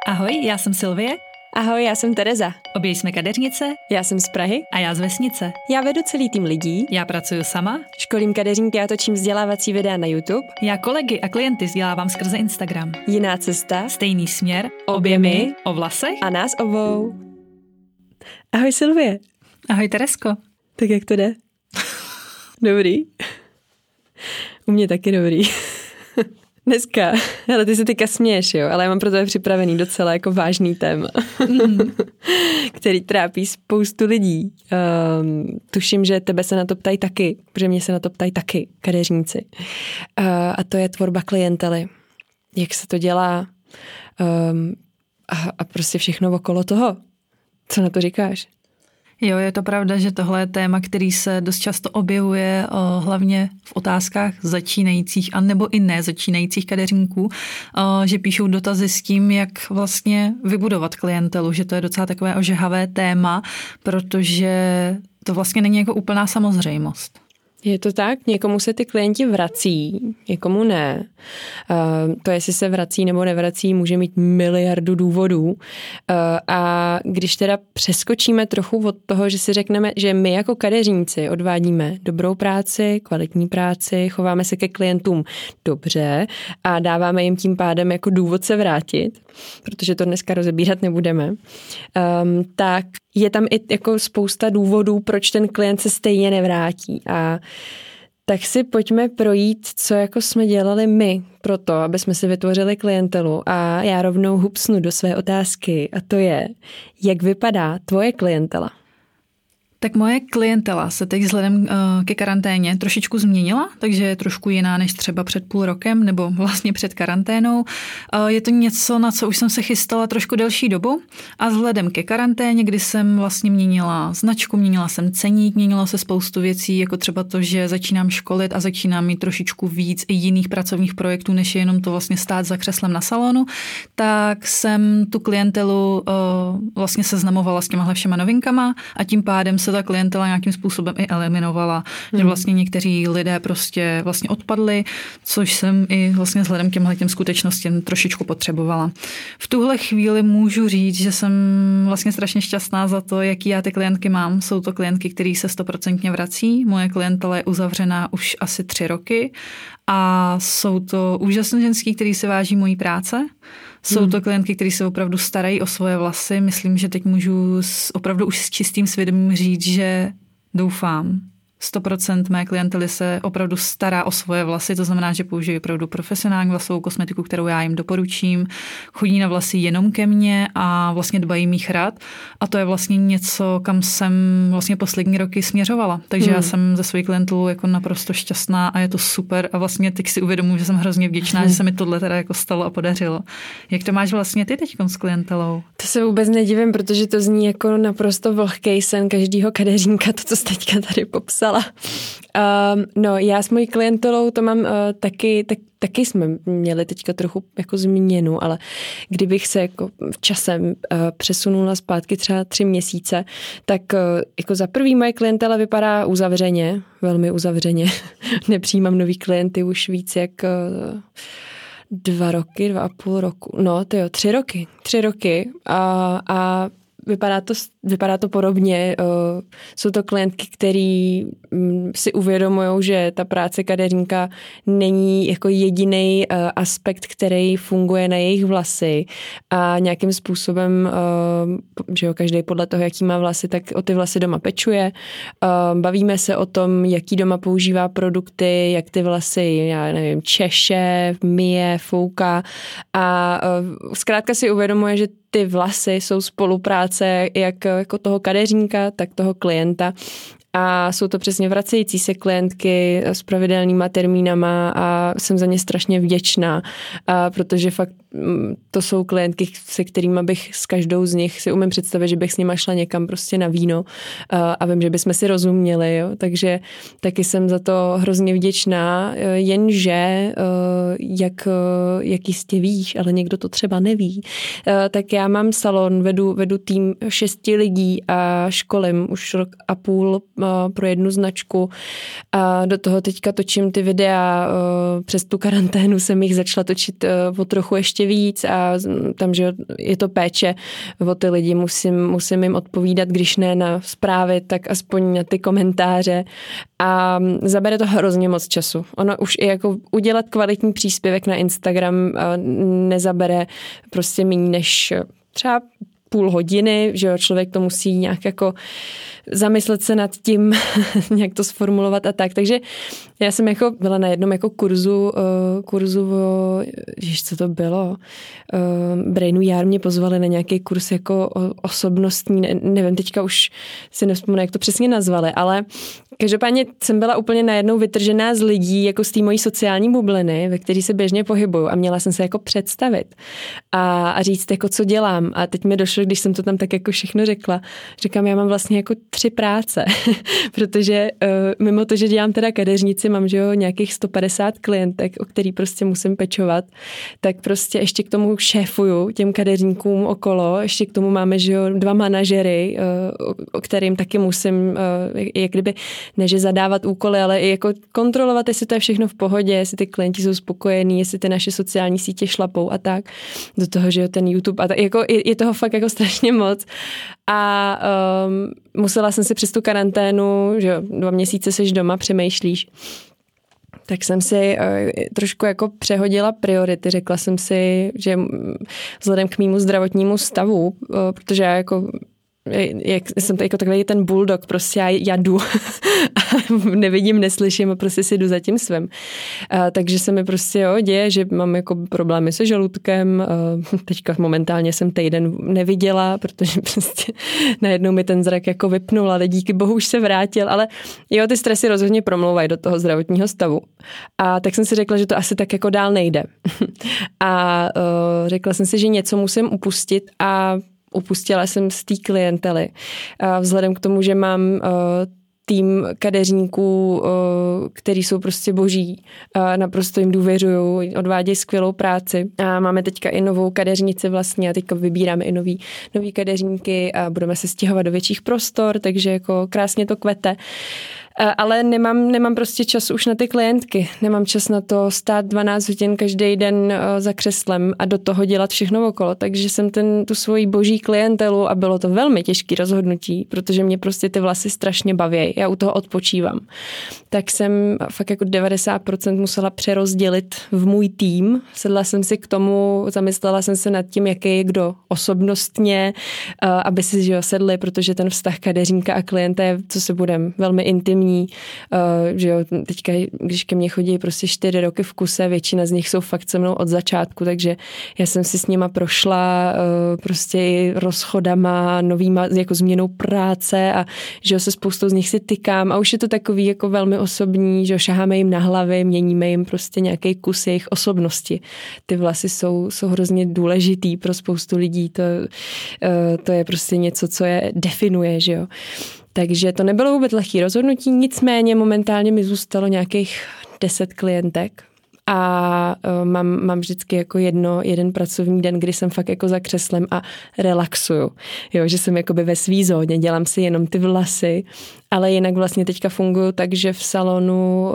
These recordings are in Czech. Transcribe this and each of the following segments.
Ahoj, já jsem Sylvie. Ahoj, já jsem Tereza. Obě jsme kadeřnice. Já jsem z Prahy. A já z vesnice. Já vedu celý tým lidí. Já pracuji sama. Školím kadeřníky a točím vzdělávací videa na YouTube. Já kolegy a klienty vzdělávám skrze Instagram. Jiná cesta. Stejný směr. Obě my. O vlasech. A nás obou. Ahoj Sylvie. Ahoj Teresko. Tak jak to jde? Dobrý. U mě taky dobrý. Dneska, ale ty se teďka směješ, jo, ale já mám pro tebe připravený docela jako vážný téma, který trápí spoustu lidí. Tuším, že tebe se na to ptají taky, protože mě se na to ptají taky kadeřníci. A to je tvorba klientely. Jak se to dělá a prostě všechno okolo toho. Co na to říkáš? Jo, je to pravda, že tohle je téma, který se dost často objevuje hlavně v otázkách začínajících a nebo i nezačínajících kadeřníků, že píšou dotazy s tím, jak vlastně vybudovat klientelu, že to je docela takové ožehavé téma, protože to vlastně není jako úplná samozřejmost. Je to tak? Někomu se ty klienti vrací, někomu ne. To, jestli se vrací nebo nevrací, může mít miliardu důvodů. A když teda přeskočíme trochu od toho, že si řekneme, že my jako kadeřníci odvádíme dobrou práci, kvalitní práci, chováme se ke klientům dobře a dáváme jim tím pádem jako důvod se vrátit, protože to dneska rozebírat nebudeme, tak je tam i jako spousta důvodů, proč ten klient se stejně nevrátí. A tak si pojďme projít, co jako jsme dělali my pro to, aby jsme si vytvořili klientelu. A já rovnou hupsnu do své otázky a to je, jak vypadá tvoje klientela? Tak moje klientela se teď vzhledem ke karanténě trošičku změnila, takže je trošku jiná než třeba před půl rokem nebo vlastně před karanténou. Je to něco, na co už jsem se chystala trošku delší dobu a vzhledem ke karanténě, kdy jsem vlastně měnila značku, měnila jsem ceník, měnilo se spoustu věcí, jako třeba to, že začínám školit a začínám mít trošičku víc i jiných pracovních projektů, než je jenom to vlastně stát za křeslem na salonu, tak jsem tu klientelu vlastně seznamovala s těmahle všema novinkama a tím pádem se ta klientela nějakým způsobem i eliminovala, že vlastně někteří lidé prostě vlastně odpadli, což jsem i vlastně vzhledem k těmhletěm skutečnostem trošičku potřebovala. V tuhle chvíli můžu říct, že jsem vlastně strašně šťastná za to, jaký já ty klientky mám. Jsou to klientky, který se 100% vrací. Moje klientela je uzavřená už asi 3 roky a jsou to úžasné ženský, který si váží mojí práce. Jsou to klientky, které se opravdu starají o svoje vlasy. Myslím, že teď můžu opravdu už s čistým svědomím říct, že doufám, 100% mé klientely se opravdu stará o svoje vlasy, to znamená, že použijí opravdu profesionální vlasovou kosmetiku, kterou já jim doporučím. Chodí na vlasy jenom ke mně a vlastně dbají mých rad. A to je vlastně něco, kam jsem vlastně poslední roky směřovala. Takže já jsem ze svojí klientelu jako naprosto šťastná a je to super. A vlastně teď si uvědomuji, že jsem hrozně vděčná, že se mi tohle teda jako stalo a podařilo. Jak to máš vlastně ty teďkom s klientelou? To se vůbec nedivím, protože to zní jako naprosto vlhkej sen každýho kadeřníka, to, co jsi teďka tady popsala. No, já s mojí klientelou to mám taky jsme měli teďka trochu jako změnu, ale kdybych se jako časem přesunula zpátky třeba 3 měsíce, tak jako za prvý moje klientela vypadá uzavřeně, velmi uzavřeně. Nepřijímám nový klienty už víc jak 2 roky, 2,5 roku, no to jo, 3 roky a vypadá to podobně. Jsou to klientky, který si uvědomujou, že ta práce kadeřníka není jako jediný aspekt, který funguje na jejich vlasy a nějakým způsobem, že jo, každý podle toho, jaký má vlasy, tak o ty vlasy doma pečuje. Bavíme se o tom, jaký doma používá produkty, jak ty vlasy, já nevím, češe, myje, fouká a zkrátka si uvědomuje, že ty vlasy jsou spolupráce jak jako toho kadeřníka, tak toho klienta. A jsou to přesně vracející se klientky s pravidelnýma termínama a jsem za ně strašně vděčná, protože fakt to jsou klientky, se kterými bych s každou z nich si umím představit, že bych s nima šla někam prostě na víno a vím, že bychom si rozuměli, jo? Takže taky jsem za to hrozně vděčná, jenže jak jistě víš, ale někdo to třeba neví, tak já mám salon, vedu tým 6 lidí a školím už 1,5 roku pro jednu značku a do toho teďka točím ty videa, přes tu karanténu jsem jich začala točit o trochu ještě ještě víc a tam, že je to péče o ty lidi, musím jim odpovídat, když ne na zprávy, tak aspoň na ty komentáře a zabere to hrozně moc času. Ono už i jako udělat kvalitní příspěvek na Instagram nezabere prostě méně než třeba půl hodiny, že jo, člověk to musí nějak jako zamyslet se nad tím, nějak to sformulovat a tak. Takže já jsem jako byla na jednom jako kurzu co to bylo? Brainu Jar mě pozvali na nějaký kurz jako osobnostní, nevím, teďka už si nevzpomínám, jak to přesně nazvali, ale každopádně jsem byla úplně najednou vytržená z lidí, jako z té mojí sociální bubliny, ve které se běžně pohybuju a měla jsem se jako představit a říct, jako co dělám. A teď mi došlo, když jsem to tam tak jako všechno řekla, říkám, já mám vlastně jako 3 práce, protože mimo to, že dělám teda kadeřnici, mám, že jo, nějakých 150 klientek, o který prostě musím pečovat, tak prostě ještě k tomu šéfuju těm kadeřníkům okolo, ještě k tomu máme, že jo, 2 manažery, o kterým taky musím, jak kdyby, ne, že zadávat úkoly, ale i jako kontrolovat, jestli to je všechno v pohodě, jestli ty klienti jsou spokojení, jestli ty naše sociální sítě šlapou a tak. Do toho, že jo, ten YouTube a tak, jako je toho fakt jako strašně moc. A musela jsem si přes tu karanténu, že jo, 2 měsíce seš doma, přemýšlíš, tak jsem si trošku jako přehodila priority. Řekla jsem si, že vzhledem k mému zdravotnímu stavu, protože já jako jsem to jako takový ten bulldog, prostě já jdu a nevidím, neslyším a prostě si jdu za tím svým. Takže se mi prostě děje, že mám jako problémy se žaludkem, teďka momentálně jsem týden neviděla, protože prostě najednou mi ten zrak jako vypnul, ale díky bohu už se vrátil, ale jo, ty stresy rozhodně promlouvají do toho zdravotního stavu. A tak jsem si řekla, že to asi tak jako dál nejde. A řekla jsem si, že něco musím upustit a upustila jsem z té klientely. Vzhledem k tomu, že mám tým kadeřníků, který jsou prostě boží, naprosto jim důvěřuju, odvádějí skvělou práci. A máme teďka i novou kadeřnici vlastně a teďka vybíráme i nový kadeřníky a budeme se stěhovat do větších prostor, takže jako krásně to kvete. Ale nemám prostě čas už na ty klientky. Nemám čas na to stát 12 hodin každý den za křeslem a do toho dělat všechno okolo. Takže jsem tu svoji boží klientelu a bylo to velmi těžké rozhodnutí, protože mě prostě ty vlasy strašně baví. Já u toho odpočívám. Tak jsem fakt jako 90% musela přerozdělit v můj tým. Sedla jsem si k tomu, zamyslela jsem se nad tím, jaký je kdo osobnostně, aby si že jo, sedli, protože ten vztah kadeřníka a klienta je, co se budem, velmi intimní. Že jo, teďka, když ke mně chodí prostě 4 roky v kuse, většina z nich jsou fakt se mnou od začátku, takže já jsem si s nima prošla prostě rozchodama, novýma jako změnou práce a že jo, se spoustou z nich si tykám a už je to takový jako velmi osobní, že jo, šaháme jim na hlavy, měníme jim prostě nějaký kus jejich osobnosti. Ty vlasy jsou hrozně důležitý pro spoustu lidí, to je prostě něco, co je definuje, že jo. Takže to nebylo vůbec lehké rozhodnutí, nicméně momentálně mi zůstalo nějakých 10 klientek a mám vždycky jako jeden pracovní den, kdy jsem fakt jako za křeslem a relaxuju. Jo, že jsem jakoby ve svý zóně, dělám si jenom ty vlasy, ale jinak vlastně teďka funguju tak, že v salonu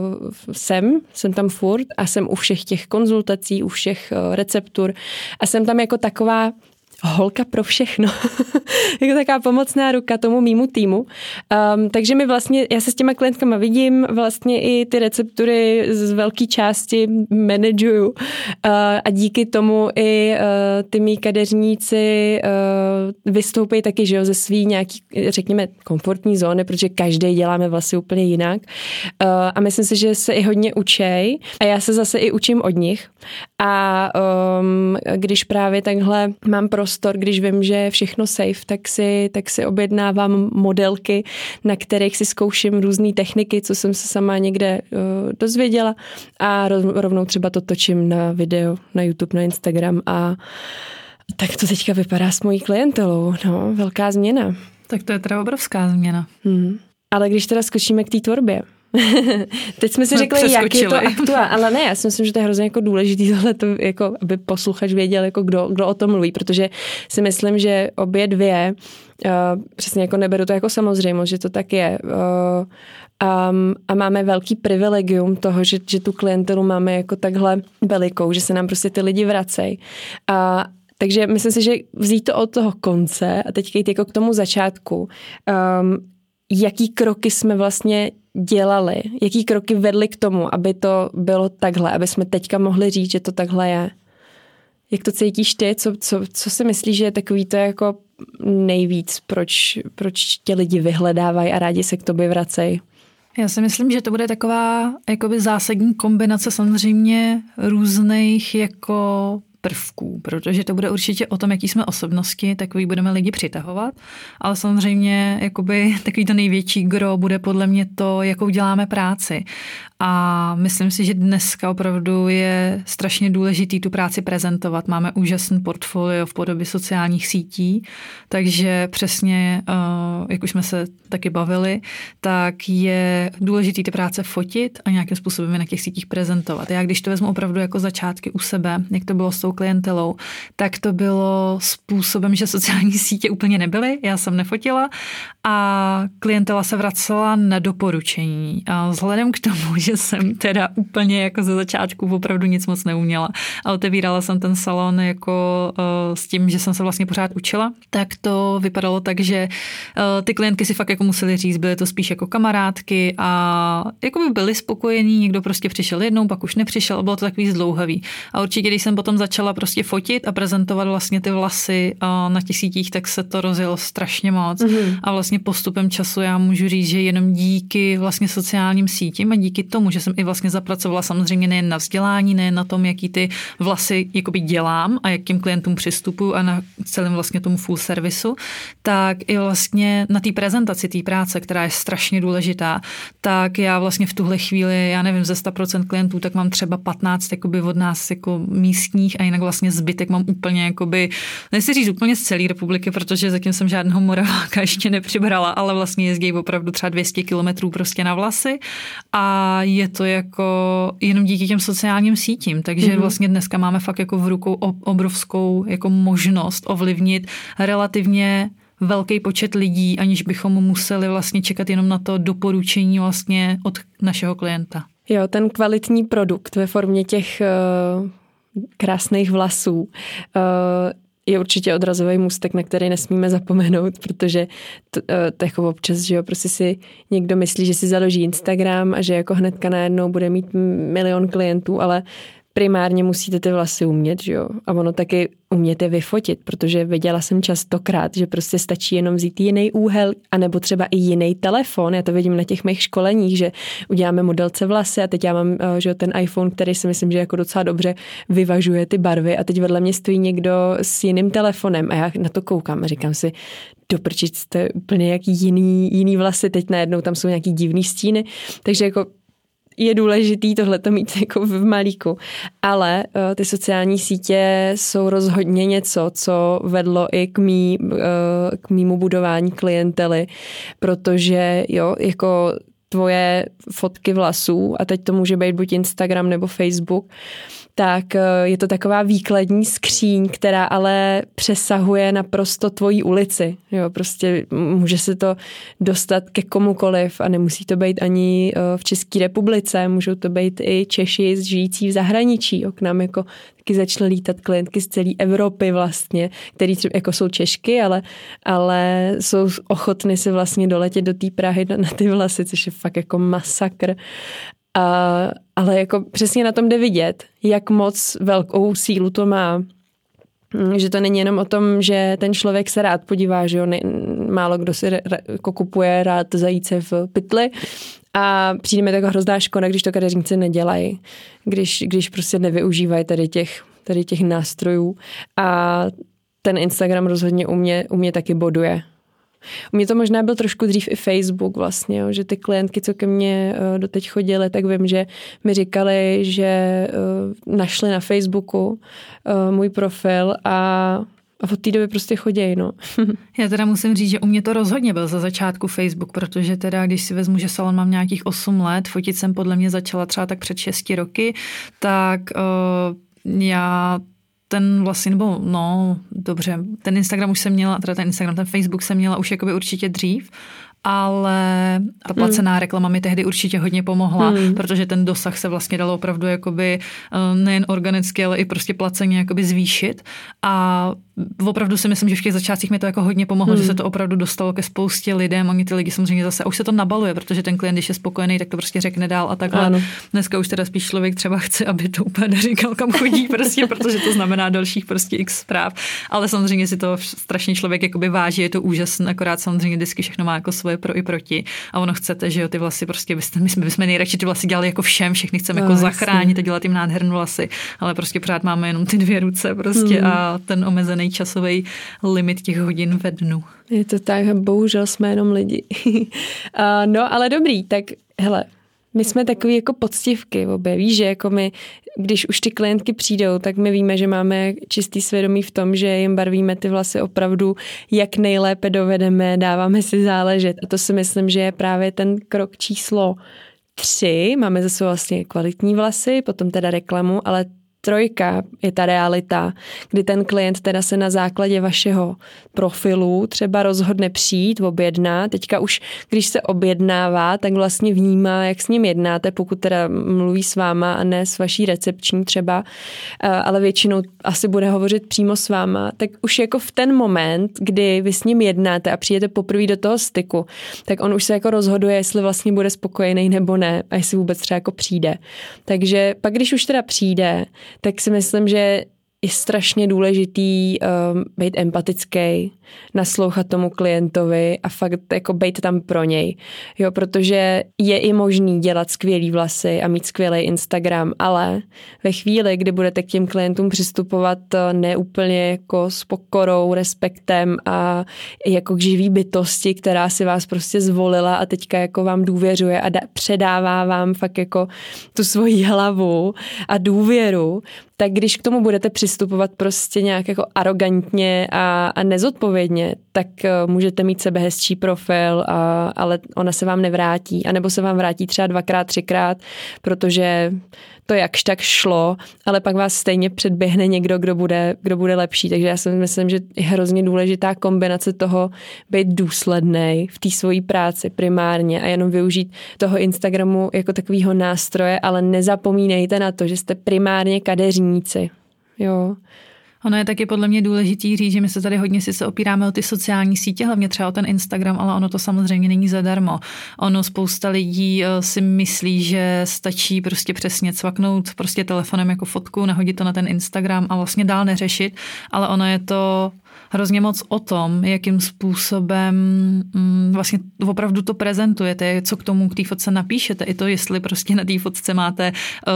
jsem tam furt a jsem u všech těch konzultací, u všech receptur a jsem tam jako taková holka pro všechno. Jako taková pomocná ruka tomu mýmu týmu. Takže mi vlastně, já se s těma klientkama vidím, vlastně i ty receptury z velké části manažuju a díky tomu i ty mý kadeřníci vystoupí taky, že jo, ze svý nějaký, řekněme, komfortní zóny, protože každý děláme vlasy úplně jinak. A myslím si, že se i hodně učej a já se zase i učím od nich. A když právě takhle mám prostor, když vím, že je všechno safe, tak si objednávám modelky, na kterých si zkouším různé techniky, co jsem se sama někde dozvěděla a rovnou třeba to točím na video, na YouTube, na Instagram a tak to teďka vypadá s mojí klientelou. No, velká změna. Tak to je teda obrovská změna. Ale když teda skočíme k té tvorbě, Teď jsme si řekli, jak je to aktuální, ale ne, já si myslím, že to je hrozně jako důležitý tohleto, jako, aby posluchač věděl, jako kdo o tom mluví, protože si myslím, že obě dvě, přesně jako neberu to jako samozřejmost, že to tak je, a máme velký privilegium toho, že tu klientelu máme jako takhle velikou, že se nám prostě ty lidi vracejí. Takže myslím si, že vzít to od toho konce a teď jít jako k tomu začátku, jaký kroky jsme vlastně dělali, jaký kroky vedly k tomu, aby to bylo takhle, aby jsme teďka mohli říct, že to takhle je. Jak to cítíš ty? Co si myslíš, že je takový to jako nejvíc, proč tě lidi vyhledávají a rádi se k tobě vracejí? Já si myslím, že to bude taková jakoby zásadní kombinace samozřejmě různých jako prvků, protože to bude určitě o tom, jaký jsme osobnosti, takový budeme lidi přitahovat, ale samozřejmě jakoby takový to největší gro bude podle mě to, jakou děláme práci. A myslím si, že dneska opravdu je strašně důležitý tu práci prezentovat. Máme úžasný portfolio v podobě sociálních sítí, takže přesně, jak už jsme se taky bavili, tak je důležitý ty práce fotit a nějakým způsobem je na těch sítích prezentovat. Já když to vezmu opravdu jako začátky u sebe, jak to bylo s tou klientelou, tak to bylo způsobem, že sociální sítě úplně nebyly, já jsem nefotila a klientela se vracela na doporučení. A vzhledem k tomu, že jsem teda úplně jako ze začátku opravdu nic moc neuměla a otevírala jsem ten salon jako s tím, že jsem se vlastně pořád učila, tak to vypadalo tak, že ty klientky si fakt jako museli říct, byly to spíš jako kamarádky a jako by byli spokojení, někdo prostě přišel jednou, pak už nepřišel a bylo to takový zdlouhavý. A určitě, když jsem potom začala prostě fotit a prezentovat vlastně ty vlasy na těch sítích, tak se to rozjelo strašně moc. A vlastně postupem času já můžu říct, že jenom díky vlastně sociálním sítím a díky tomu, že jsem i vlastně zapracovala samozřejmě nejen na vzdělání, nejen na tom, jaký ty vlasy jakoby dělám a jakým klientům přistupuju a na celém vlastně tomu full servisu, tak i vlastně na té prezentaci té práce, která je strašně důležitá, tak já vlastně v tuhle chvíli, já nevím, ze 100% klientů, tak mám třeba 15 jakoby od nás jako místních a jinak vlastně zbytek mám úplně jakoby, nechci říct úplně z celé republiky, protože zatím jsem žádného Moraváka ještě nepřibrala, ale vlastně jezdí opravdu třeba 200 kilometrů prostě na vlasy a je to jako jenom díky těm sociálním sítím, takže vlastně dneska máme fakt jako v rukou obrovskou jako možnost ovlivnit relativně velký počet lidí, aniž bychom museli vlastně čekat jenom na to doporučení vlastně od našeho klienta. Jo, ten kvalitní produkt ve formě těch krásných vlasů je určitě odrazový můstek, na který nesmíme zapomenout, protože to jako občas, že jo, prostě si někdo myslí, že si založí Instagram a že jako hnedka najednou bude mít 1 milion klientů, ale primárně musíte ty vlasy umět, že jo? A ono taky umět je vyfotit, protože viděla jsem častokrát, že prostě stačí jenom vzít jiný úhel, anebo třeba i jiný telefon. Já to vidím na těch mých školeních, že uděláme modelce vlasy a teď já mám, že jo, ten iPhone, který si myslím, že jako docela dobře vyvažuje ty barvy a teď vedle mě stojí někdo s jiným telefonem a já na to koukám a říkám si, doprčit, to je úplně jak jiný vlasy, teď najednou tam jsou nějaký divný stíny, takže jako je důležitý tohleto mít jako v malíku. Ale ty sociální sítě jsou rozhodně něco, co vedlo i k mýmu budování klientely, protože jo, jako tvoje fotky vlasů, a teď to může být buď Instagram nebo Facebook, tak je to taková výkladní skříň, která ale přesahuje naprosto tvoji ulici. Jo, prostě může se to dostat ke komukoliv a nemusí to být ani v České republice, můžou to být i Češi žijící v zahraničí. Jo, k nám jako taky začaly lítat klientky z celé Evropy vlastně, který třeba jako jsou Češky, ale jsou ochotny si vlastně doletět do té Prahy na ty vlasy, což je fakt jako masakr. Ale jako přesně na tom jde vidět, jak moc velkou sílu to má. Že to není jenom o tom, že ten člověk se rád podívá, že jo, málo kdo si jako kupuje rád zajíce v pytli a přijde mi taková hrozná škoda, když to kadeřníci nedělají, když prostě nevyužívají tady těch nástrojů a ten Instagram rozhodně u mě taky boduje. U mě to možná byl trošku dřív i Facebook vlastně, jo, že ty klientky, co ke mně doteď chodily, tak vím, že mi říkali, že našli na Facebooku můj profil a A od té doby prostě choděj, no. Já teda musím říct, že u mě to rozhodně byl za začátku Facebook, protože teda, když si vezmu, že salon mám nějakých 8 let, fotit jsem podle mě začala třeba tak před 6 roky, tak já ten vlastně, nebo no, dobře, ten Instagram už jsem měla, teda ten Facebook jsem měla už jakoby určitě dřív, ale ta placená reklama mi tehdy určitě hodně pomohla, protože ten dosah se vlastně dalo opravdu jakoby nejen organicky, ale i prostě placeně jakoby zvýšit a opravdu si myslím, že v těch začátcích mi to jako hodně pomohlo, že se to opravdu dostalo ke spoustě lidem. Oni ty lidi samozřejmě zase, a už se to nabaluje, protože ten klient, když je spokojený, tak to prostě řekne dál a takhle. Ano. Dneska už teda spíš člověk třeba chce, aby to úplně neříkal, kam chodí prostě, protože to znamená dalších prostě x zpráv. Ale samozřejmě si to strašně člověk jakoby váží, je to úžasné, akorát samozřejmě vždycky všechno má jako svoje pro i proti. A ono chcete, že jo, ty vlasy prostě my jsme nejradši ty vlasy dělali jako všem, všechny chceme jako zachránit a dělat jim nádherné vlasy, ale prostě pořád máme jenom ty 2 ruce prostě a ten omezený časový limit těch hodin ve dnu. Je to tak, bohužel jsme jenom lidi. No, ale dobrý, tak hele, my jsme takový jako poctivky obě, víš, že jako my, když už ty klientky přijdou, tak my víme, že máme čistý svědomí v tom, že jim barvíme ty vlasy opravdu, jak nejlépe dovedeme, dáváme si záležet. A to si myslím, že je právě ten krok číslo 3. Máme zase vlastně kvalitní vlasy, potom teda reklamu, ale 3 je ta realita, kdy ten klient teda se na základě vašeho profilu třeba rozhodne přijít, objedná. Teďka už, když se objednává, tak vlastně vnímá, jak s ním jednáte, pokud teda mluví s váma a ne s vaší recepční třeba, ale většinou asi bude hovořit přímo s váma, tak už jako v ten moment, kdy vy s ním jednáte a přijdete poprvé do toho styku, tak on už se jako rozhoduje, jestli vlastně bude spokojený nebo ne a jestli vůbec třeba jako přijde. Takže pak, když už teda přijde, tak si myslím, že je strašně důležitý být empatický, naslouchat tomu klientovi a fakt jako být tam pro něj. Jo, protože je i možný dělat skvělý vlasy a mít skvělý Instagram, ale ve chvíli, kdy budete k těm klientům přistupovat neúplně jako s pokorou, respektem a jako k živý bytosti, která si vás prostě zvolila a teďka jako vám důvěřuje a předává vám fakt jako tu svoji hlavu a důvěru, tak když k tomu budete přistupovat prostě nějak jako arrogantně a nezodpovědně, tak můžete mít sebehezčí profil, ale ona se vám nevrátí, anebo se vám vrátí třeba 2x, 3x, protože to jakž tak šlo, ale pak vás stejně předběhne někdo, kdo bude lepší. Takže já si myslím, že je hrozně důležitá kombinace toho být důslednej v té svojí práci primárně a jenom využít toho Instagramu jako takového nástroje, ale nezapomínejte na to, že jste primárně kadeřníci. Jo. Ono je taky podle mě důležitý říct, že my se tady hodně si se opíráme o ty sociální sítě, hlavně třeba o ten Instagram, ale ono to samozřejmě není zadarmo. Ono spousta lidí si myslí, že stačí prostě přesně cvaknout prostě telefonem jako fotku, nahodit to na ten Instagram a vlastně dál neřešit, ale ono je to hrozně moc o tom, jakým způsobem vlastně opravdu to prezentujete, co k tomu, k té fotce napíšete. I to, jestli prostě na té fotce máte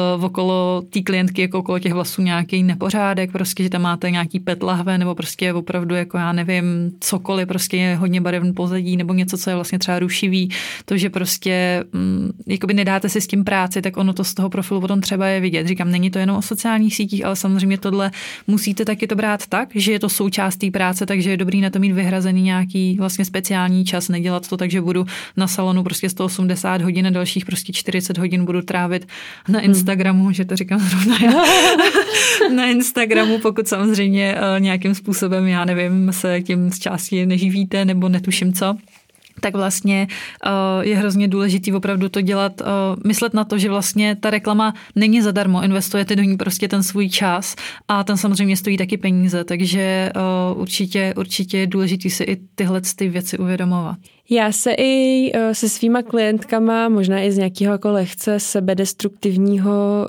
okolo té klientky, jako okolo těch vlasů nějaký nepořádek, prostě, že tam máte nějaký pet lahve, nebo prostě opravdu, jako já nevím, cokoliv, prostě je hodně barevný pozadí, nebo něco, co je vlastně třeba rušivý. To, že prostě jakoby nedáte si s tím práci, tak ono to z toho profilu potom třeba je vidět. Říkám, není to jenom o sociálních sítích, ale samozřejmě tohle musíte taky to brát tak, že je to součástí práce, takže je dobrý na to mít vyhrazený nějaký vlastně speciální čas, nedělat to tak, že budu na salonu prostě 180 hodin a dalších prostě 40 hodin budu trávit na Instagramu, že to říkám zrovna já, na Instagramu, pokud samozřejmě nějakým způsobem, já nevím, se tím z části neživíte nebo netuším co, tak vlastně je hrozně důležitý opravdu to dělat, myslet na to, že vlastně ta reklama není zadarmo, investujete do ní prostě ten svůj čas a ten samozřejmě stojí taky peníze, takže určitě je důležitý si i tyhle ty věci uvědomovat. Já se i se svýma klientkama, možná i z nějakého jako lehce sebedestruktivního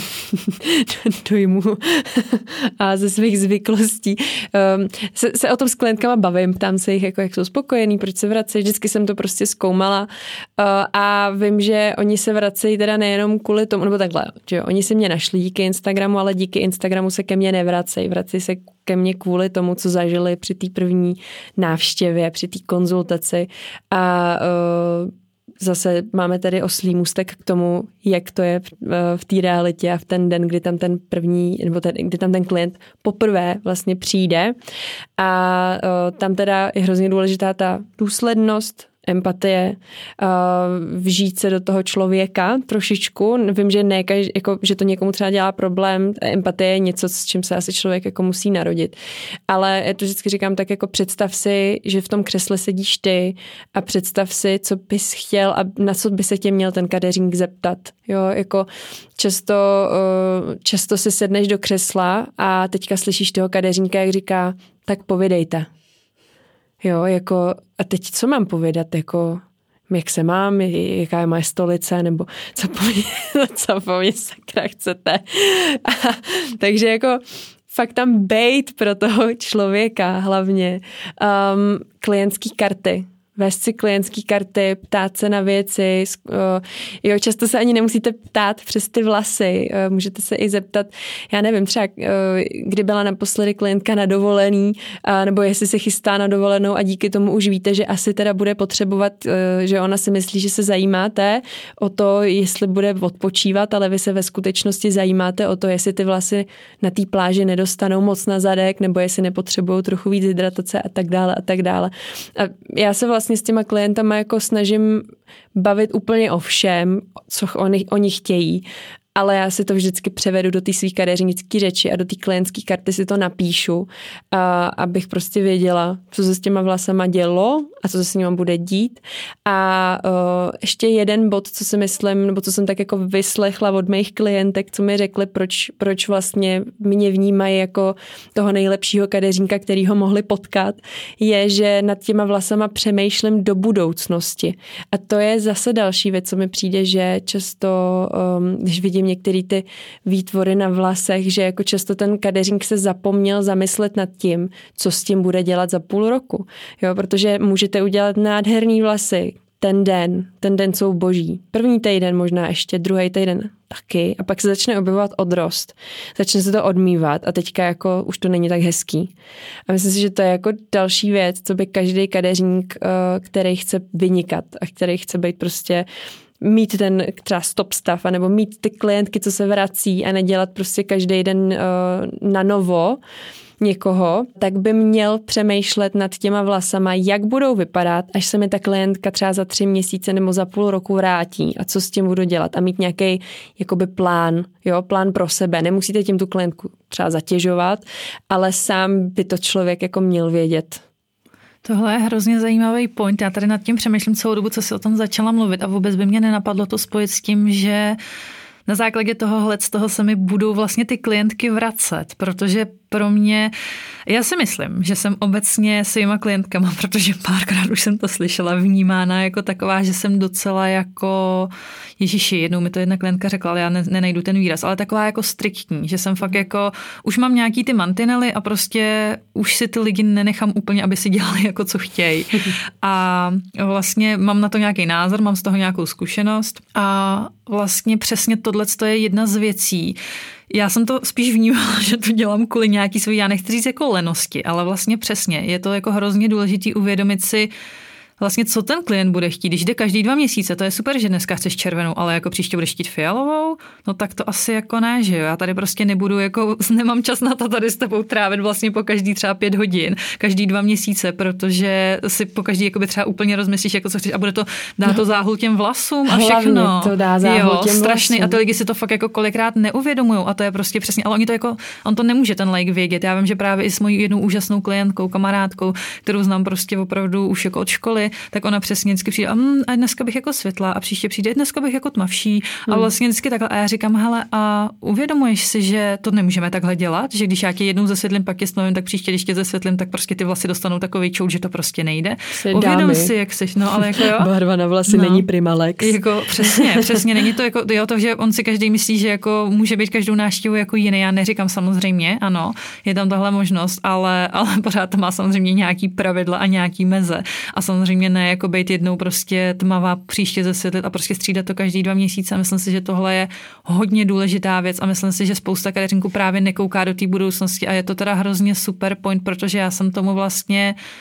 dojmu a ze svých zvyklostí se o tom s klientkama bavím, ptám se jich, jako, jak jsou spokojení, proč se vracejí, vždycky jsem to prostě zkoumala a vím, že oni se vracejí teda nejenom kvůli tomu, nebo takhle, že oni si mě našli díky Instagramu, ale díky Instagramu se ke mně nevracejí, vracejí se ke mně kvůli tomu, co zažili při té první návštěvě, při té konzultaci a zase máme tady oslí můstek k tomu, jak to je v té realitě a v ten den, kdy tam ten první, nebo kdy tam ten klient poprvé vlastně přijde. A tam teda je hrozně důležitá ta důslednost, empatie, vžít se do toho člověka trošičku. Vím, že ne, jako, že to někomu třeba dělá problém. Empatie je něco, s čím se asi člověk jako musí narodit. Ale já to vždycky říkám tak, jako představ si, že v tom křesle sedíš ty a představ si, co bys chtěl a na co by se tě měl ten kadeřník zeptat. Jo, jako často si sedneš do křesla a teďka slyšíš toho kadeřníka, jak říká, tak povídejte. Jo, jako, a teď co mám povědat, jako, jak se mám, jaká je moje stolice, nebo co po mě sakra chcete. Takže jako fakt tam bejt pro toho člověka hlavně. Klientský karty. Vést si klientský karty, ptát se na věci. Jo, často se ani nemusíte ptát přes ty vlasy. Můžete se i zeptat, já nevím, třeba kdy byla naposledy klientka na dovolený, nebo jestli se chystá na dovolenou a díky tomu už víte, že asi teda bude potřebovat, že ona si myslí, že se zajímáte o to, jestli bude odpočívat, ale vy se ve skutečnosti zajímáte o to, jestli ty vlasy na té pláži nedostanou moc na zadek, nebo jestli nepotřebují trochu víc hydratace a tak dále a tak dále. A já se vlastně s těma klientama jako snažím bavit úplně o všem, co oni chtějí, ale já si to vždycky převedu do té svý kadeřnické řeči a do té klientské karty si to napíšu, abych prostě věděla, co se s těma vlasama dělo a co se s nima bude dít. A ještě jeden bod, co si myslím, nebo co jsem tak jako vyslechla od mých klientek, co mi řekli, proč vlastně mě vnímají jako toho nejlepšího kadeřníka, kterýho mohli potkat, je, že nad těma vlasama přemýšlím do budoucnosti. A to je zase další věc, co mi přijde, že často, když vidím některé ty výtvory na vlasech, že jako často ten kadeřník se zapomněl zamyslet nad tím, co s tím bude dělat za půl roku. Jo, protože můžete udělat nádherný vlasy ten den jsou boží. První týden možná ještě, druhý týden taky a pak se začne objevovat odrost. Začne se to odmývat a teďka jako už to není tak hezký. A myslím si, že to je jako další věc, co by každý kadeřník, který chce vynikat a který chce být prostě mít ten třeba stop stav, anebo mít ty klientky, co se vrací a nedělat prostě každý den na novo někoho, tak by měl přemýšlet nad těma vlasama, jak budou vypadat, až se mi ta klientka třeba za 3 měsíce nebo za půl roku vrátí a co s tím budu dělat a mít nějaký jakoby plán, jo, plán pro sebe. Nemusíte tím tu klientku třeba zatěžovat, ale sám by to člověk jako měl vědět. Tohle je hrozně zajímavý point. Já tady nad tím přemýšlím celou dobu, co si o tom začala mluvit a vůbec by mě nenapadlo to spojit s tím, že na základě z toho se mi budou vlastně ty klientky vracet, protože pro mě, já si myslím, že jsem obecně svýma klientkama, protože párkrát už jsem to slyšela, vnímána jako taková, že jsem docela jako, ježiši, jednou mi to jedna klientka řekla, ale já nenajdu ten výraz, ale taková jako striktní, že jsem fakt jako, už mám nějaký ty mantinely a prostě už si ty lidi nenechám úplně, aby si dělali jako co chtějí. A vlastně mám na to nějaký názor, mám z toho nějakou zkušenost a vlastně přesně tohleto je jedna z věcí. Já jsem to spíš vnímala, že to dělám kvůli nějaký svůj, já nechci říct jako lenosti, ale vlastně přesně. Je to jako hrozně důležitý uvědomit si vlastně, co ten klient bude chtít. Když jde každý 2 měsíce, to je super, že dneska chceš červenou, ale jako příště budeš chtít fialovou, no tak to asi jako ne, že jo. Já tady prostě nebudu, jako nemám čas na to tady s tebou trávit vlastně po každý třeba 5 hodin, každý 2 měsíce, protože si po každý jakoby třeba úplně rozmyslíš, jako co chceš a bude to, dá to záhul těm vlasům a všechno. Hlavně to dá záhul těm strašný vlasům. A ty lidi si to fakt jako kolikrát neuvědomujou a to je prostě přesně, ale oni to jako, on to nemůže ten like vědět. Já vím, že právě i s mojí jednou úžasnou klientkou, kamarádkou, kterou znám prostě opravdu už jako od školy, tak ona přesně vždycky přijde a dneska bych jako světla a příště přijde, dneska bych jako tmavší a vlastně vždycky takhle. A já říkám, hele, a uvědomuješ si, že to nemůžeme takhle dělat, že když já tě jednou zasvětlím, pak je stmavím, tak příště, když tě zasvětlím, tak prostě ty vlasy dostanou takový čout, že to prostě nejde. Uvědom si, jak seš, no ale jako jo. Barva na vlasy není Primalex. Jako přesně, není to jako, jo, to, že on si každý myslí, že jako může být každou návštěvu jako jiný. Já neříkám samozřejmě, ano, je tam tahle možnost, ale pořád to má samozřejmě nějaký pravidla a nějaký meze. A samozřejmě ne jako být jednou prostě tmavá, příště zasvětlit a prostě střídat to každý 2 měsíce. A myslím si, že tohle je hodně důležitá věc a myslím si, že spousta kadeřníků právě nekouká do té budoucnosti a je to teda hrozně super point, protože já jsem tomu vlastně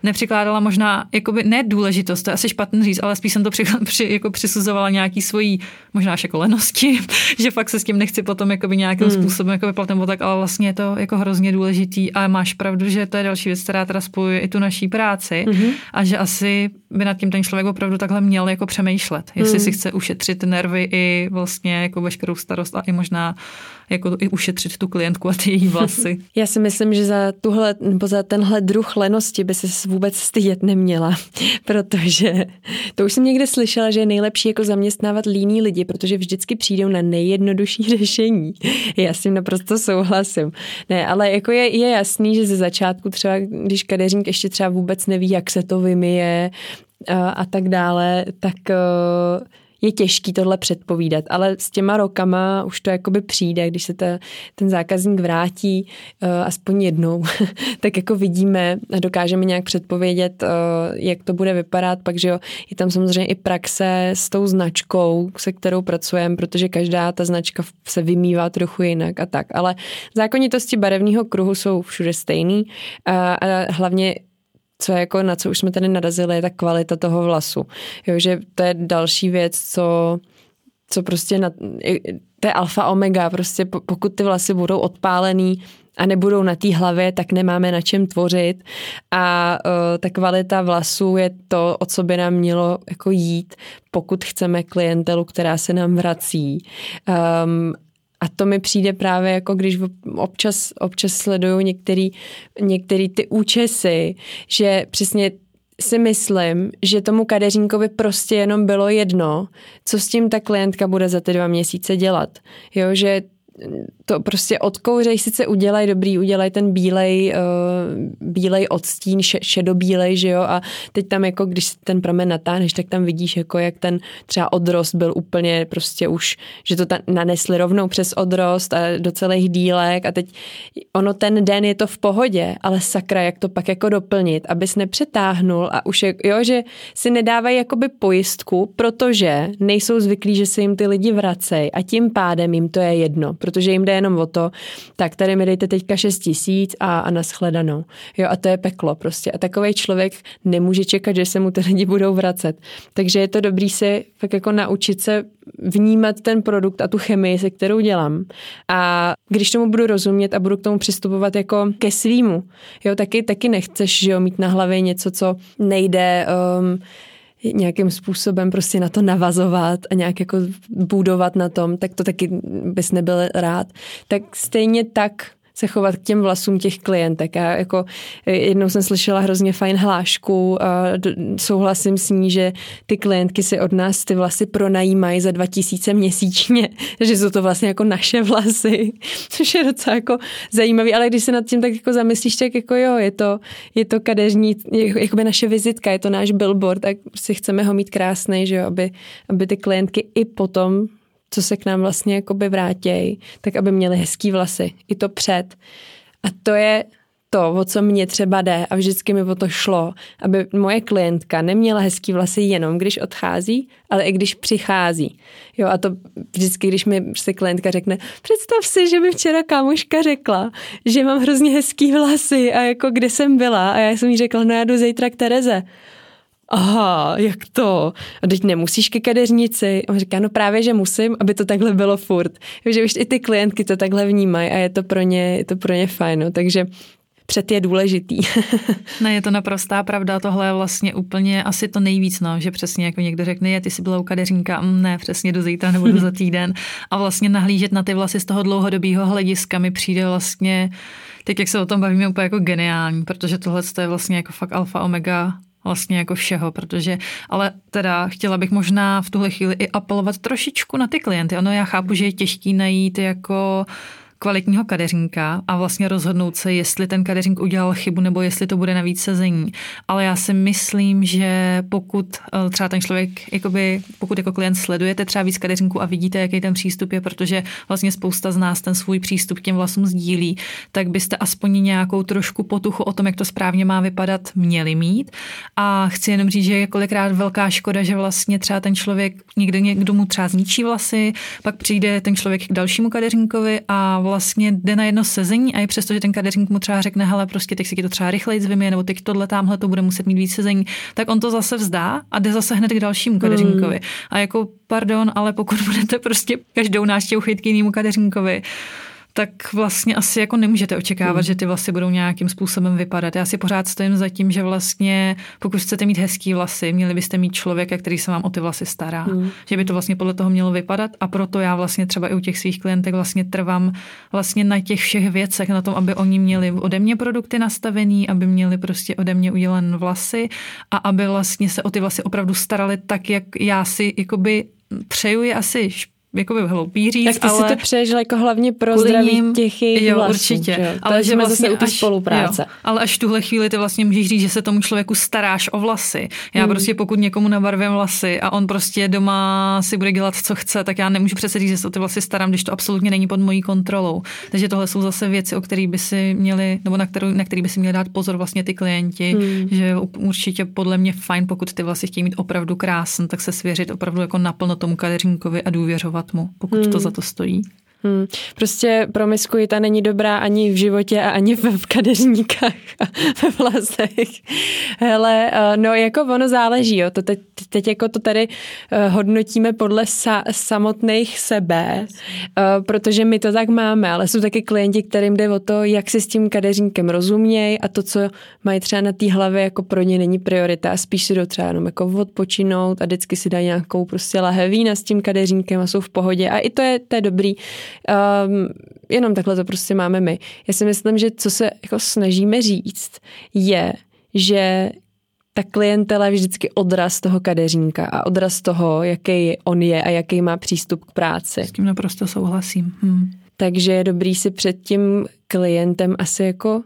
nepřikládala možná, jakoby ne důležitost, to je asi špatný říct, ale spíš jsem to jako přisuzovala nějaký svojí možná šekolenosti, že fakt se s tím nechci potom jakoby nějakým způsobem jakoby platem tak, ale vlastně je to jako hrozně důležitý a máš pravdu, že to je další věc, která teda spojuje i tu naší práci a že asi by nad tím ten člověk opravdu takhle měl jako přemýšlet, jestli si chce ušetřit nervy i vlastně jako veškerou starost a i možná jako i ušetřit tu klientku a ty její vlasy. Já si myslím, že za tenhle druh lenosti by se vůbec stydět neměla, protože to už jsem někde slyšela, že je nejlepší jako zaměstnávat líný lidi, protože vždycky přijdou na nejjednodušší řešení. Já s tím naprosto souhlasím. Ne, ale jako je jasný, že ze začátku třeba, když kadeřník ještě třeba vůbec neví, jak se to vymyje a tak dále, tak je těžký tohle předpovídat, ale s těma rokama už to jakoby přijde, když se ten zákazník vrátí aspoň jednou, tak jako vidíme a dokážeme nějak předpovědět, jak to bude vypadat, pak, že jo, je tam samozřejmě i praxe s tou značkou, se kterou pracujeme, protože každá ta značka se vymývá trochu jinak a tak, ale zákonitosti barevného kruhu jsou všude stejný a hlavně co jako, na co už jsme tady narazili, je ta kvalita toho vlasu. Jo, že to je další věc, co prostě to je alfa omega, prostě pokud ty vlasy budou odpálený a nebudou na té hlavě, tak nemáme na čem tvořit a ta kvalita vlasů je to, o co by nám mělo jako jít, pokud chceme klientelu, která se nám vrací. A to mi přijde právě jako když občas sleduju některý ty účesy, že přesně si myslím, že tomu kadeřníkovi prostě jenom bylo jedno, co s tím ta klientka bude za ty 2 měsíce dělat. Jo, že to prostě odkouřej, sice udělaj ten bílej odstín, šedobílej, že jo, a teď tam jako, když ten pramen natáhneš, tak tam vidíš jako, jak ten třeba odrost byl úplně prostě už, že to nanesli rovnou přes odrost a do celých dílek a teď ono ten den je to v pohodě, ale sakra, jak to pak jako doplnit, abys nepřetáhnul a už jo, že si nedávají jakoby pojistku, protože nejsou zvyklí, že se jim ty lidi vracejí a tím pádem jim to je jedno, protože jim jde jenom o to, tak tady mi dejte teďka 6 000 a nashledanou. Jo, a to je peklo prostě. A takovej člověk nemůže čekat, že se mu ty lidi budou vracet. Takže je to dobrý si tak jako naučit se vnímat ten produkt a tu chemii, se kterou dělám. A když tomu budu rozumět a budu k tomu přistupovat jako ke svýmu, jo, taky nechceš, že jo, mít na hlavě něco, co nejde nějakým způsobem prostě na to navazovat a nějak jako budovat na tom, tak to taky bys nebyl rád. Tak stejně tak se chovat k těm vlasům těch klientek. A jako jednou jsem slyšela hrozně fajn hlášku a souhlasím s ní, že ty klientky si od nás ty vlasy pronajímají za 2000 měsíčně, že jsou to vlastně jako naše vlasy, což je docela jako zajímavý, ale když se nad tím tak jako zamyslíš, tak jako jo, je to kadeřní, jakoby naše vizitka, je to náš billboard, tak si chceme ho mít krásnej, že jo, aby ty klientky i potom, co se k nám vlastně jakoby vrátějí, tak aby měly hezký vlasy. I to před. A to je to, o co mě třeba jde a vždycky mi o to šlo, aby moje klientka neměla hezký vlasy jenom, když odchází, ale i když přichází. Jo, a to vždycky, když mi se klientka řekne, představ si, že mi včera kámoška řekla, že mám hrozně hezký vlasy a jako kde jsem byla a já jsem jí řekla, no já jdu zítra k Tereze. Aha, jak to? A teď nemusíš ke kadeřnici. On říká, no právě, že musím, aby to takhle bylo furt. Že už i ty klientky to takhle vnímají a je to pro ně fajn. No. Takže před je důležitý. Ne, je to naprostá pravda, tohle je vlastně úplně asi to nejvíc, no, že přesně jako někdo řekne, ty jsi byla u kadeřníka, ne, přesně do zítra nebo do za týden a vlastně nahlížet na ty vlasy z toho dlouhodobého hlediska mi přijde vlastně, teď jak se o tom bavíme, úplně jako geniální, protože tohle je vlastně jako fakt alfa omega vlastně jako všeho, protože, ale teda chtěla bych možná v tuhle chvíli i apelovat trošičku na ty klienty. Ono já chápu, že je těžký najít jako kvalitního kadeřníka a vlastně rozhodnout se, jestli ten kadeřník udělal chybu nebo jestli to bude navíc sezení. Ale já si myslím, že pokud třeba ten člověk, jakoby, pokud jako klient sledujete třeba víc kadeřníků a vidíte, jaký ten přístup je, protože vlastně spousta z nás ten svůj přístup k těm vlasům sdílí, tak byste aspoň nějakou trošku potuchu o tom, jak to správně má vypadat, měli mít. A chci jenom říct, že je kolikrát velká škoda, že vlastně třeba ten člověk, někdo mu třeba zničí vlasy, pak přijde ten člověk k dalšímu kadeřníkovi a vlastně jde na jedno sezení a i přesto, že ten kadeřník mu třeba řekne, hele, prostě teď si to třeba rychleji zvymije, nebo teď tohle tamhle to bude muset mít víc sezení, tak on to zase vzdá a jde zase hned k dalšímu kadeřníkovi. A jako pardon, ale pokud budete prostě každou návštěvu chodit k jinému kadeřníkovi, tak vlastně asi jako nemůžete očekávat, že ty vlasy budou nějakým způsobem vypadat. Já si pořád stojím za tím, že vlastně pokud chcete mít hezký vlasy, měli byste mít člověka, který se vám o ty vlasy stará. Že by to vlastně podle toho mělo vypadat a proto já vlastně třeba i u těch svých klientek vlastně trvám vlastně na těch všech věcech, na tom, aby oni měli ode mě produkty nastavený, aby měli prostě ode mě udělané vlasy a aby vlastně se o ty vlasy opravdu starali tak, jak já si jakoby přeju, je asi jakoby hloupý říct, tak ty ale si to přeješ jako hlavně pro zdraví těch jejich vlasů. Určitě. Jo? Ale že vlastně zase u té spolupráce. Jo, ale až v tuhle chvíli ty vlastně můžeš říct, že se tomu člověku staráš o vlasy. Já prostě pokud někomu nabarvím vlasy a on prostě doma si bude dělat, co chce, tak já nemůžu přece říct, že se o ty vlasy starám, když to absolutně není pod mojí kontrolou. Takže tohle jsou zase věci, o kterých by si měli, nebo na který by si měli dát pozor vlastně ty klienti, že určitě podle mě fajn, pokud ty vlasy chtějí mít opravdu krásný, tak se svěřit opravdu jako naplno tomu kadeřníkovi a důvěřovat mu, pokud to za to stojí. Prostě promiskuita není dobrá ani v životě a ani v kadeřníkách a ve vlasech. Hele, no jako ono záleží, jo. To teď jako to tady hodnotíme podle samotných sebe, protože my to tak máme, ale jsou taky klienti, kterým jde o to, jak si s tím kadeřníkem rozumějí a to, co mají třeba na té hlavě, jako pro ně není priorita a spíš si jdou třeba jenom jako odpočinout a vždycky si dají nějakou prostě lahve vína s tím kadeřníkem a jsou v pohodě a i to je dobrý. Jenom takhle to prostě máme my. Já si myslím, že co se jako snažíme říct, je, že ta klientela je vždycky odraz toho kadeřníka a odraz toho, jaký on je a jaký má přístup k práci. S tím naprosto souhlasím. Takže je dobrý si před tím klientem asi jako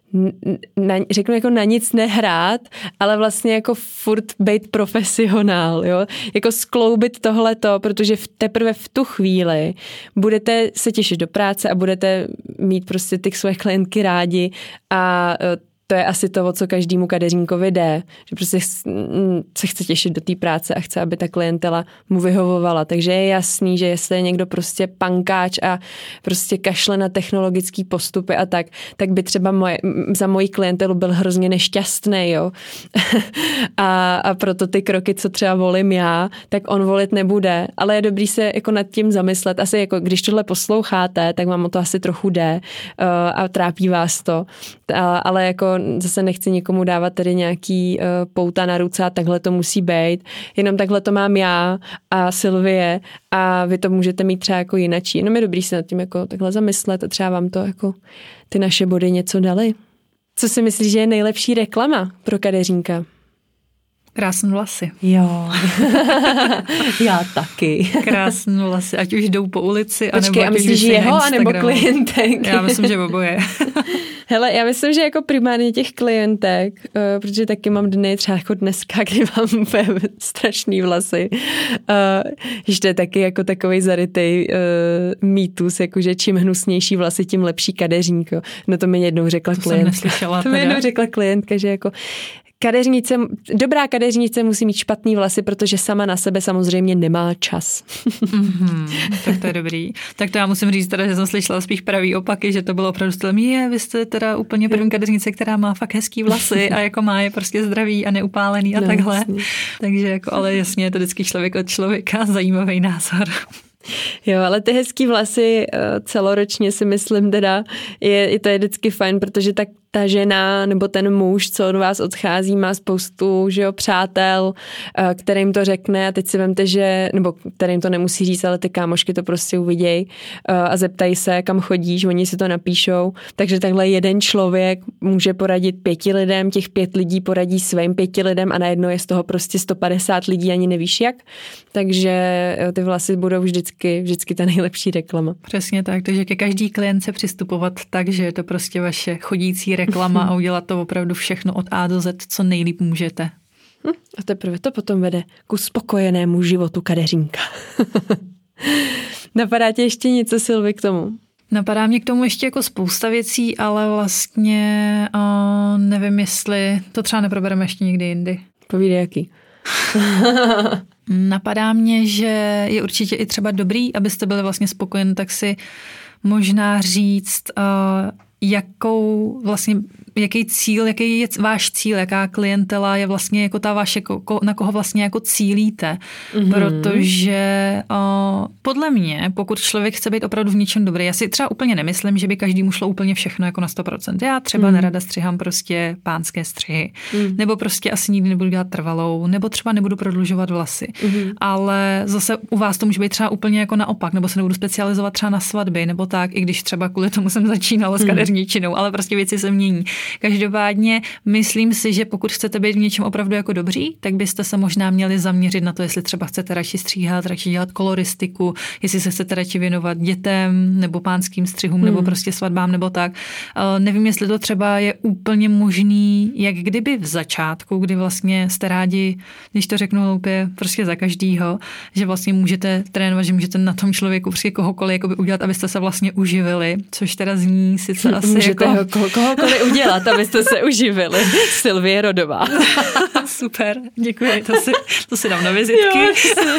řeknu jako na nic nehrát, ale vlastně jako furt být profesionál, jo? Jako skloubit tohleto, protože teprve v tu chvíli budete se těšit do práce a budete mít prostě ty svoje klientky rádi a to je asi to, o co každému kadeřníkovi jde, že prostě se chce těšit do té práce a chce, aby ta klientela mu vyhovovala. Takže je jasný, že jestli je někdo prostě pankáč a prostě kašle na technologický postupy a tak by třeba za moji klientelu byl hrozně nešťastný, jo. a proto ty kroky, co třeba volím já, tak on volit nebude, ale je dobrý se jako nad tím zamyslet. Asi jako když tohle posloucháte, tak vám o to asi trochu jde a trápí vás to, ale jako zase nechci nikomu dávat tady nějaký pouta na ruce a takhle to musí být. Jenom takhle to mám já a Sylvie a vy to můžete mít třeba jako jinačí. Jenom je dobrý se nad tím jako takhle zamyslet a třeba vám to jako ty naše body něco dali. Co si myslíš, že je nejlepší reklama pro kadeřínka? Krásné vlasy. Jo. Já taky. Krásné vlasy, ať už jdou po ulici, Počkej, anebo a myslíš, že jeho, anebo klientek? Já myslím, že oboje. Hele, já myslím, že jako primárně těch klientek, protože taky mám dny třeba jako dneska, kdy mám úplně strašný vlasy. Že to je taky jako takovej zarytej mýtus, jakože čím hnusnější vlasy, tím lepší kadeřník. No to mi jednou řekla klientka. To mi jednou řekla klientka, že jako dobrá kadeřnice musí mít špatný vlasy, protože sama na sebe samozřejmě nemá čas. Tak to je dobrý. Tak to já musím říct teda, že jsem slyšela spíš pravý opaky, že to bylo opravdu stylem, vy jste teda úplně první kadeřnice, která má fakt hezký vlasy a jako má je prostě zdravý a neupálený a takhle. Jasně. Takže jako, ale jasně je to vždycky člověk od člověka, zajímavý názor. Jo, ale ty hezký vlasy celoročně si myslím teda, je to vždycky fajn, protože ta žena nebo ten muž, co od vás odchází, má spoustu, že jo, přátel, kterým to řekne a teď si vemte, že, nebo kterým to nemusí říct, ale ty kámošky to prostě uvidějí a zeptají se, kam chodíš, oni si to napíšou. Takže takhle jeden člověk může poradit 5 lidem, těch 5 lidí poradí svým 5 lidem a najednou je z toho prostě 150 lidí, ani nevíš jak. Takže ty vlasy budou vždycky ta nejlepší reklama. Přesně tak, takže ke každý klientce přistupovat tak, že je to prostě vaše chodící reklama a udělat to opravdu všechno od A do Z, co nejlíp můžete. A teprve to potom vede ku spokojenému životu kadeřínka. Napadá tě ještě něco, Sylvie, k tomu? Napadá mě k tomu ještě jako spousta věcí, ale vlastně nevím, jestli to třeba neprobereme ještě někdy jindy. Povídej, jaký. Napadá mě, že je určitě i třeba dobrý, abyste byli vlastně spokojeni, tak si možná říct, jaký cíl, jaký je váš cíl, jaká klientela je vlastně jako ta vaše, na koho vlastně jako cílíte. Protože podle mě, pokud člověk chce být opravdu v něčem dobrý, já si třeba úplně nemyslím, že by každému šlo úplně všechno jako na 100%. Já třeba nerada střihám prostě pánské střihy, nebo prostě asi nikdy nebudu dělat trvalou, nebo třeba nebudu prodlužovat vlasy. Ale zase u vás to může být třeba úplně jako naopak, nebo se nebudu specializovat třeba na svatby, nebo tak, i když třeba kvůli tomu jsem začínala s kadeřničinou, ale prostě věci se mění. Každopádně myslím si, že pokud chcete být v něčem opravdu jako dobří, tak byste se možná měli zaměřit na to, jestli třeba chcete radši stříhat, radši dělat koloristiku, jestli se chcete radši věnovat dětem nebo pánským střihům nebo prostě svatbám nebo tak. Nevím, jestli to třeba je úplně možný, jak kdyby v začátku, kdy vlastně jste rádi, když to řeknu hloupě, prostě za každýho, že vlastně můžete trénovat, že můžete na tom člověku prostě kohokoliv jakoby udělat, abyste se vlastně uživili, což teda zní sice asi můžete jako... kohokoliv udělat, abyste se uživili. Sylvie Rodová. Super, děkuji, to si dám na vizitky. Jo,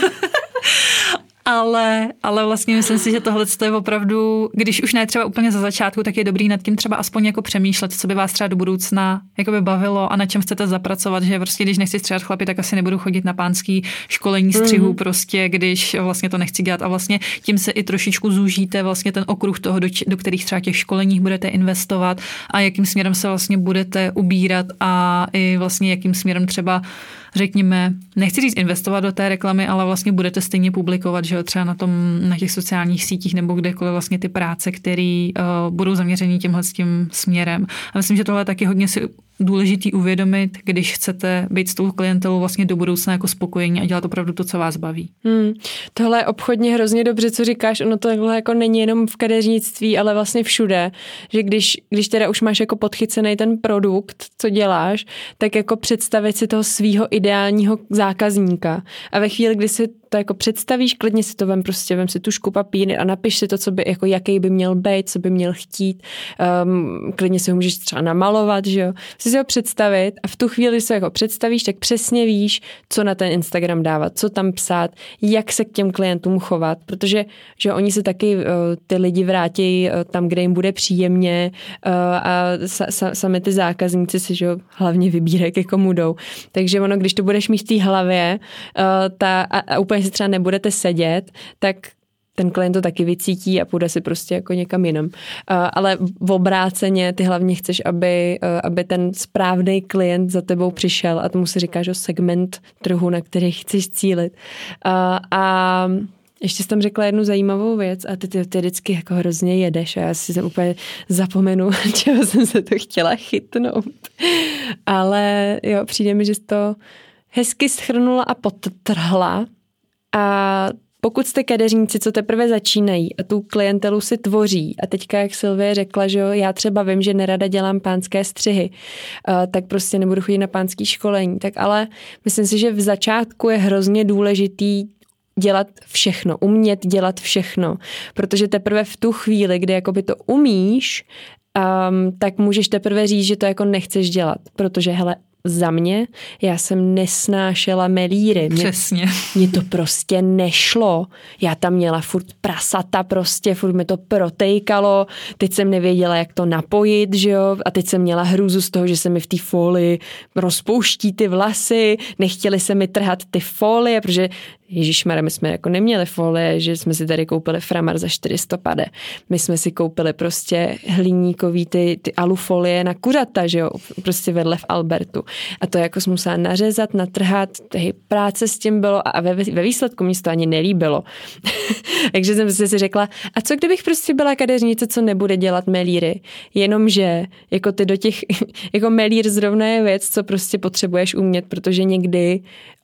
ale vlastně myslím si, že tohle je opravdu, když už ne třeba úplně za začátku, tak je dobrý nad tím třeba aspoň jako přemýšlet, co by vás třeba do budoucna jakoby bavilo a na čem chcete zapracovat, že prostě když nechci stříhat chlapy, tak asi nebudu chodit na pánský školení střihů prostě, když vlastně to nechci dělat a vlastně tím se i trošičku zúžíte vlastně ten okruh toho, do kterých třeba těch školeních budete investovat a jakým směrem se vlastně budete ubírat a i vlastně jakým směrem třeba řekněme, nechci říct investovat do té reklamy, ale vlastně budete stejně publikovat, že jo, třeba na těch sociálních sítích nebo kdekoliv vlastně ty práce, které budou zaměřený tímhle s tím směrem. A myslím, že tohle je taky hodně si důležitý uvědomit, když chcete být s tou klientelou vlastně do budoucna jako spokojení a dělat opravdu to, co vás baví. Tohle je obchodně hrozně dobře, co říkáš, ono tohle jako není jenom v kadeřnictví, ale vlastně všude, že když teda už máš jako podchycený ten produkt, co děláš, tak jako představit si toho svýho ideálního zákazníka a ve chvíli, kdy si to jako představíš, klidně si to vem si tušku, papír a napiš si to, co by, jako jaký by měl být, co by měl chtít, klidně si ho můžeš třeba namalovat, že jo, si ho představit a v tu chvíli, se jako představíš, tak přesně víš, co na ten Instagram dávat, co tam psát, jak se k těm klientům chovat, protože že oni se taky ty lidi vrátí tam, kde jim bude příjemně a sami ty zákazníci si že hlavně vybírají, ke komu jdou. Takže ono, když to budeš mít v té hlavě a úplně si třeba nebudete sedět, tak ten klient to taky vycítí a půjde si prostě jako někam jinam. Ale v obráceně ty hlavně chceš, aby ten správný klient za tebou přišel a tomu se říká, že segment trhu, na který chceš cílit. A ještě jsi tam řekla jednu zajímavou věc a ty vždycky jako hrozně jedeš a já si úplně zapomenu, čeho jsem se to chtěla chytnout. Ale jo, přijde mi, že jsi to hezky shrnula a podtrhla a pokud jste kadeřníci, co teprve začínají a tu klientelu si tvoří a teďka, jak Sylvie řekla, že jo, já třeba vím, že nerada dělám pánské střihy, tak prostě nebudu chodit na pánský školení, tak ale myslím si, že v začátku je hrozně důležitý dělat všechno, umět dělat všechno, protože teprve v tu chvíli, kdy jakoby to umíš, tak můžeš teprve říct, že to jako nechceš dělat, protože hele, za mě, já jsem nesnášela melíry. Přesně. Mně to prostě nešlo. Já tam měla furt prasata prostě, furt mi to protejkalo, teď jsem nevěděla, jak to napojit, že jo, a teď jsem měla hrůzu z toho, že se mi v té folii rozpouští ty vlasy, nechtěli se mi trhat ty folie, protože ježišmarja, my jsme jako neměli folie, že jsme si tady koupili Framar za 400 pade. My jsme si koupili prostě hliníkový ty alufolie na kuřata, že jo, prostě vedle v Albertu. A to jako jsem musela nařezat, natrhat, práce s tím bylo a ve výsledku mi to ani nelíbilo. Takže jsem si řekla, a co kdybych prostě byla kadeřnice, co nebude dělat melíry? Jenomže jako ty do těch, jako melír zrovna je věc, co prostě potřebuješ umět, protože někdy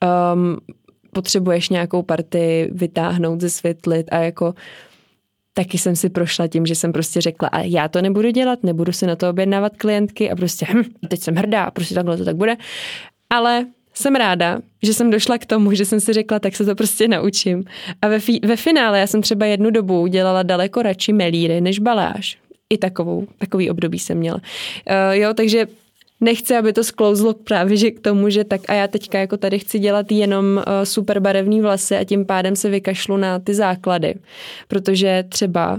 potřebuješ nějakou partii vytáhnout, zesvětlit a jako taky jsem si prošla tím, že jsem prostě řekla a já to nebudu dělat, nebudu si na to objednávat klientky a prostě teď jsem hrdá, prostě takhle to tak bude. Ale jsem ráda, že jsem došla k tomu, že jsem si řekla, tak se to prostě naučím. A ve finále já jsem třeba jednu dobu dělala daleko radši melíry než baláž. I takový období jsem měla. Jo, takže nechci, aby to sklouzlo právě že k tomu, že tak a já teďka jako tady chci dělat jenom super barevný vlasy a tím pádem se vykašlu na ty základy. Protože třeba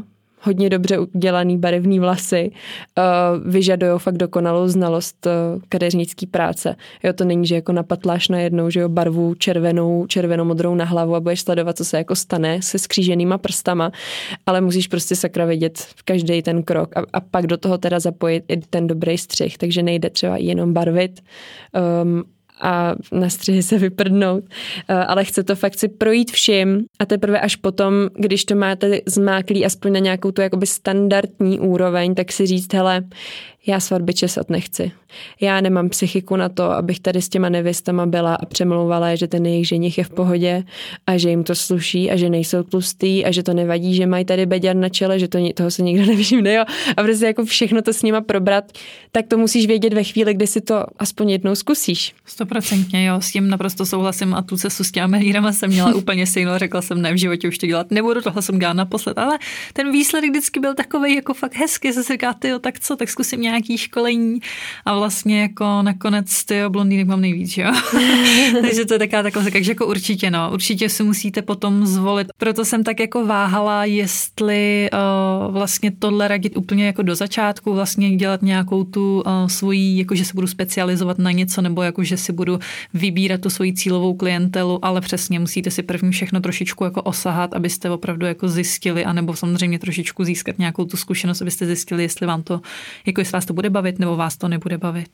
hodně dobře udělaný barevný vlasy, vyžadujou fakt dokonalou znalost kadeřnické práce. Jo, to není, že jako napatláš najednou, že jo, barvu červenou-modrou na hlavu a budeš sledovat, co se jako stane se skříženýma prstama, ale musíš prostě sakra vědět v každý ten krok a pak do toho teda zapojit i ten dobrý střih, takže nejde třeba jenom barvit a na střihy se vyprdnout, ale chce to fakt si projít všim a teprve až potom, když to máte zmáklý aspoň na nějakou tu jakoby standardní úroveň, tak si říct, hele, já svatby česat nechci. Já nemám psychiku na to, abych tady s těma nevěstama byla a přemlouvala, že ten jejich ženich je v pohodě a že jim to sluší a že nejsou tlustý a že to nevadí, že mají tady beďar na čele, že toho se nikdo nevšimne, jo. A prostě jako všechno to s nima probrat, tak to musíš vědět ve chvíli, kdy si to aspoň jednou zkusíš. 100%, jo, s tím naprosto souhlasím a tu cestu s těma melírama jsem měla úplně stejnou, řekla jsem ne, v životě už to dělat nebudu, tohle jsem dělala naposled, ale ten výsledek vždycky byl takovej jako fakt hezky, se říká, tyjo, tak co, tak zkusím nějaký školení a vlastně jako nakonec tyjo, blondýnek mám nejvíc, jo. Takže to je takhle, takže jako určitě si musíte potom zvolit. Proto jsem tak jako váhala, jestli vlastně tohle radit úplně jako do začátku, vlastně dělat nějakou tu svoji, jako že se budu specializovat na něco, nebo jako že si budu vybírat tu svoji cílovou klientelu, ale přesně musíte si první všechno trošičku jako osahat, abyste opravdu jako zjistili, anebo samozřejmě trošičku získat nějakou tu zkušenost, abyste zjistili, jestli vám to, jako jestli vás to bude bavit, nebo vás to nebude bavit.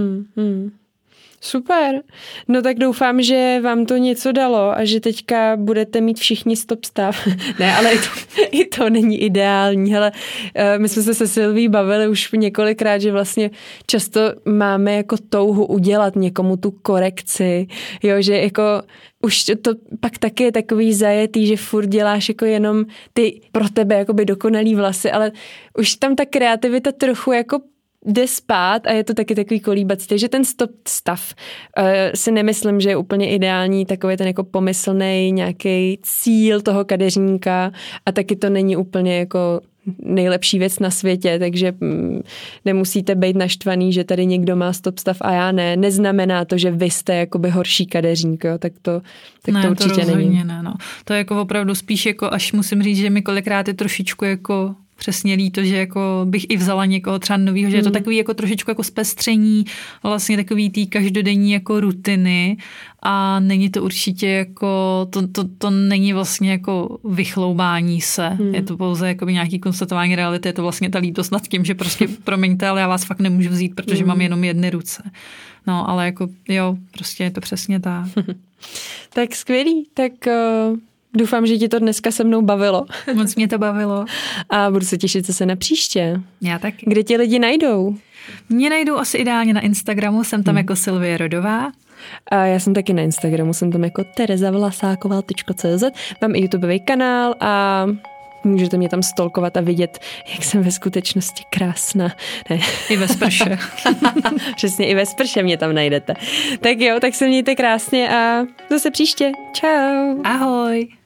Super. No tak doufám, že vám to něco dalo a že teďka budete mít všichni stop stav. Ne, ale i to není ideální. Hele, my jsme se Silví bavili už několikrát, že vlastně často máme jako touhu udělat někomu tu korekci, jo, že jako už to pak taky je takový zajetý, že furt děláš jako jenom ty pro tebe jakoby dokonalý vlasy, ale už tam ta kreativita trochu jako jde spát a je to taky takový kolíbací. Takže ten stop stav si nemyslím, že je úplně ideální, takový ten jako pomyslnej nějaký cíl toho kadeřníka a taky to není úplně jako nejlepší věc na světě, takže nemusíte být naštvaný, že tady někdo má stop stav a já ne. Neznamená to, že vy jste jakoby horší kadeřník, jo? Tak to určitě není. Ne, no. To je jako opravdu spíš jako, až musím říct, že mi kolikrát je trošičku jako přesně líto, že jako bych i vzala někoho třeba novýho, že je to takový jako trošičku jako zpestření vlastně takový tý každodenní jako rutiny a není to určitě jako, to není vlastně jako vychloubání se. Je to pouze jako nějaký konstatování reality, je to vlastně ta lítost nad tím, že prostě promiňte, ale já vás fakt nemůžu vzít, protože mám jenom jedny ruce. No, ale jako jo, prostě je to přesně tak. Tak skvělý, tak doufám, že ti to dneska se mnou bavilo. Moc mě to bavilo. A budu se těšit zase na příště. Já taky. Kde tě lidi najdou? Mě najdou asi ideálně na Instagramu, jsem tam jako Silvie Rodová. A já jsem taky na Instagramu, jsem tam jako terezavlasáková.cz. Mám i YouTubeový kanál a můžete mě tam stalkovat a vidět, jak jsem ve skutečnosti krásná. Ne. I ve sprše. Přesně, i ve sprše mě tam najdete. Tak jo, tak se mějte krásně a zase příště. Čau. Ahoj.